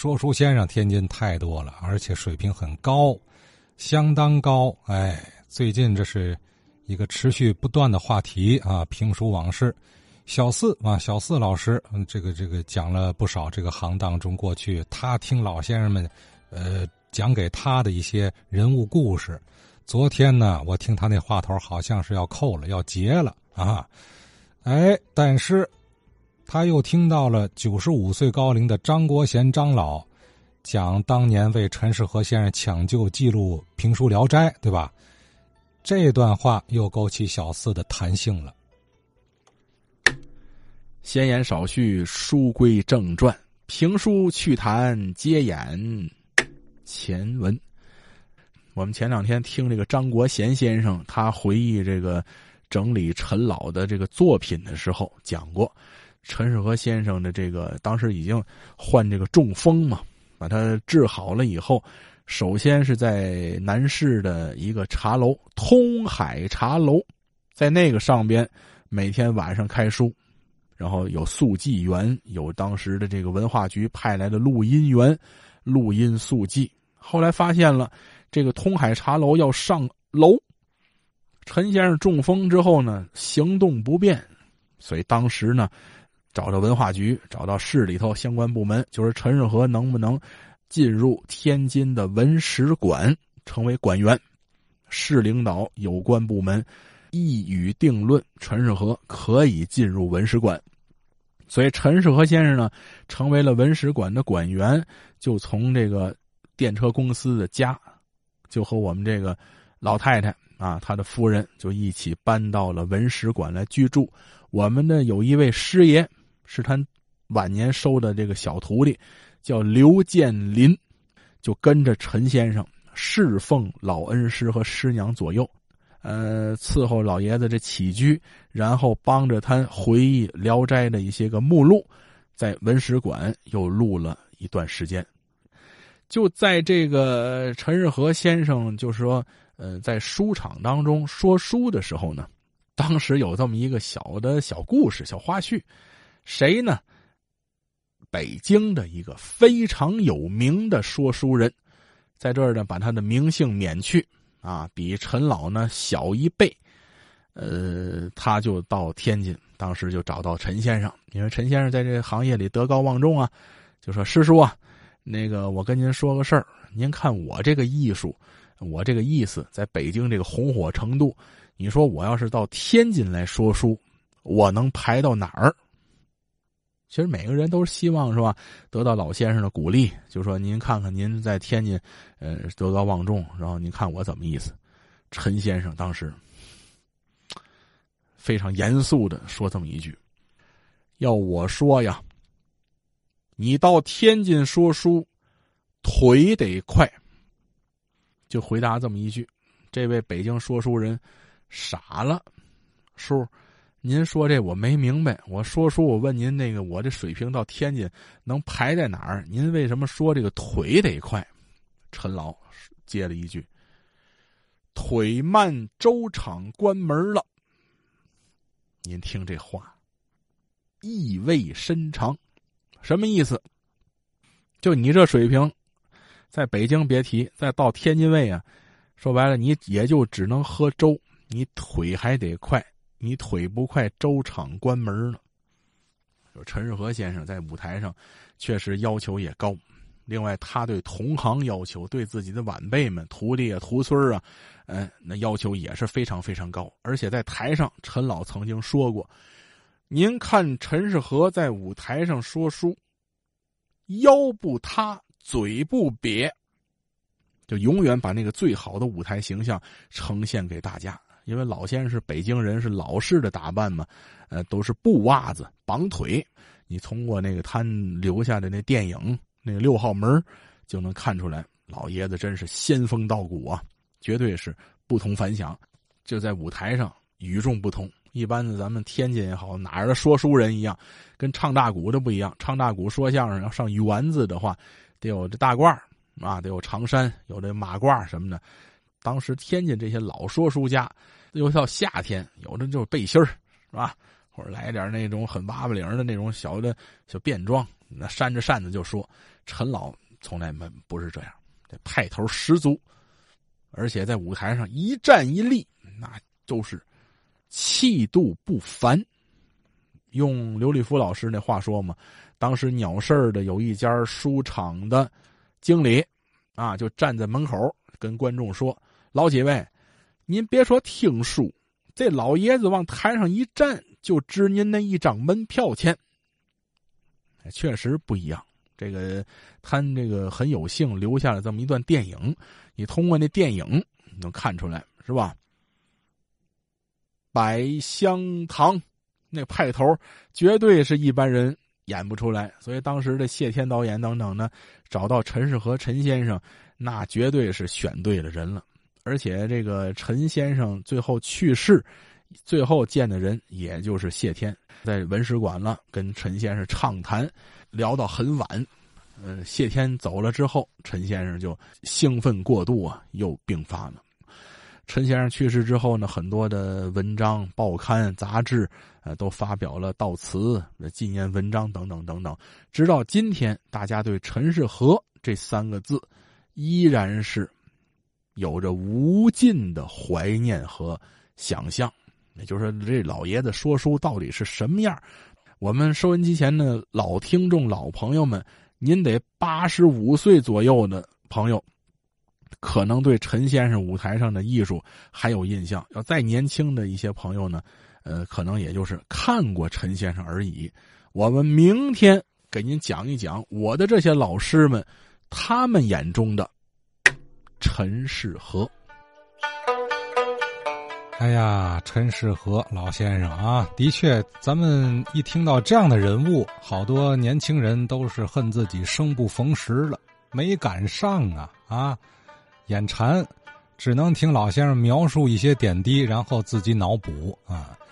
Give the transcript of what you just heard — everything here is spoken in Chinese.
说书先生天津太多了，而且水平很高，相当高。最近这是一个持续不断的话题啊，评书往事。小四老师，这个讲了不少这个行当中过去他听老先生们讲给他的一些人物故事。昨天呢，我听他那话头好像是要扣了，要结了啊。但是他又听到了95岁高龄的张国贤张老讲当年为陈士和先生抢救记录评书《聊斋》，对吧？这段话又勾起小四的弹性了。 闲言少叙，书归正传，评书趣谈接演前文。我们前两天听这个张国贤先生，他回忆这个整理陈老的这个作品的时候讲过，陈士和先生的这个当时已经患这个中风嘛，把他治好了以后，首先是在南市的一个茶楼通海茶楼，在那个上边每天晚上开书，然后有速记员，有当时的这个文化局派来的录音员录音速记。后来发现了这个通海茶楼要上楼，陈先生中风之后呢行动不便，所以当时呢找到文化局，找到市里头相关部门，就是陈士和能不能进入天津的文史馆成为馆员。市领导有关部门一语定论，陈士和可以进入文史馆。所以陈士和先生呢成为了文史馆的馆员，就从这个电车公司的家，就和我们这个老太太啊，他的夫人就一起搬到了文史馆来居住。我们呢有一位师爷是他晚年收的这个小徒弟，叫刘建林，就跟着陈先生侍奉老恩师和师娘左右，伺候老爷子这起居，然后帮着他回忆《聊斋》的一些个目录，在文史馆又录了一段时间。就在这个陈士和先生就是说在书场当中说书的时候呢，当时有这么一个小故事小花絮。谁呢？北京的一个非常有名的说书人，在这儿呢把他的名姓免去啊，比陈老呢小一倍。他就到天津，当时就找到陈先生，因为陈先生在这个行业里德高望重啊，就说师叔啊，那个我跟您说个事儿，您看我这个艺术，我这个意思在北京这个红火程度，你说我要是到天津来说书，我能排到哪儿？其实每个人都是希望是吧，得到老先生的鼓励，就说您看看您在天津德高望重，然后您看我怎么意思。陈先生当时非常严肃的说这么一句，要我说呀，你到天津说书腿得快。就回答这么一句，这位北京说书人傻了，叔，您说这我没明白，我说书我问您那个我这水平到天津能排在哪儿，您为什么说这个腿得快？陈老接了一句，腿慢粥厂关门了。您听这话意味深长，什么意思？就你这水平在北京别提，再到天津卫啊，说白了你也就只能喝粥，你腿还得快，你腿不快粥厂关门了。就陈士和先生在舞台上确实要求也高，另外他对同行要求，对自己的晚辈们徒弟啊徒孙啊那要求也是非常非常高。而且在台上陈老曾经说过，您看陈士和在舞台上说书，腰不塌嘴不瘪，就永远把那个最好的舞台形象呈现给大家。因为老先生是北京人，是老式的打扮嘛，都是布袜子绑腿，你通过那个他留下的那电影那个6号门就能看出来，老爷子真是仙风道骨啊，绝对是不同凡响。就在舞台上与众不同，一般的咱们天津也好，哪儿的说书人一样，跟唱大鼓的不一样。唱大鼓说相声要上园子的话，得有这大褂啊，得有长衫，有这马褂什么的。当时天津这些老说书家，又到夏天，有的就是背心儿，是吧？或者来点那种很娃娃领的那种小便装，那扇着扇子就说。 陈老从来不是这样，这派头十足，而且在舞台上一站一立，那都是气度不凡。用刘立夫老师那话说嘛，当时鸟市的有一家书场的经理啊，就站在门口跟观众说：“老几位，您别说听书，这老爷子往台上一站，就值您那一张门票钱。”确实不一样。这个他这个很有幸留下了这么一段电影，你通过那电影你能看出来，是吧？百香堂那派头绝对是一般人演不出来，所以当时的谢天导演等等呢，找到陈士和陈先生，那绝对是选对了人了。而且这个陈先生最后去世，最后见的人也就是谢天，在文史馆了，跟陈先生畅谈，聊到很晚。谢天走了之后，陈先生就兴奋过度啊，又病发了。陈先生去世之后呢，很多的文章、报刊、杂志，都发表了悼词、纪念文章等等等等。直到今天，大家对陈士和这三个字，依然是有着无尽的怀念和想象。也就是说，这老爷子说书到底是什么样？我们收音机前的老听众、老朋友们，您得85岁左右的朋友，可能对陈先生舞台上的艺术还有印象。要再年轻的一些朋友呢，可能也就是看过陈先生而已。我们明天给您讲一讲我的这些老师们，他们眼中的陈士和。 哎呀，陈士和老先生啊，的确，咱们一听到这样的人物，好多年轻人都是恨自己生不逢时了，没赶上啊，眼馋，只能听老先生描述一些点滴，然后自己脑补啊。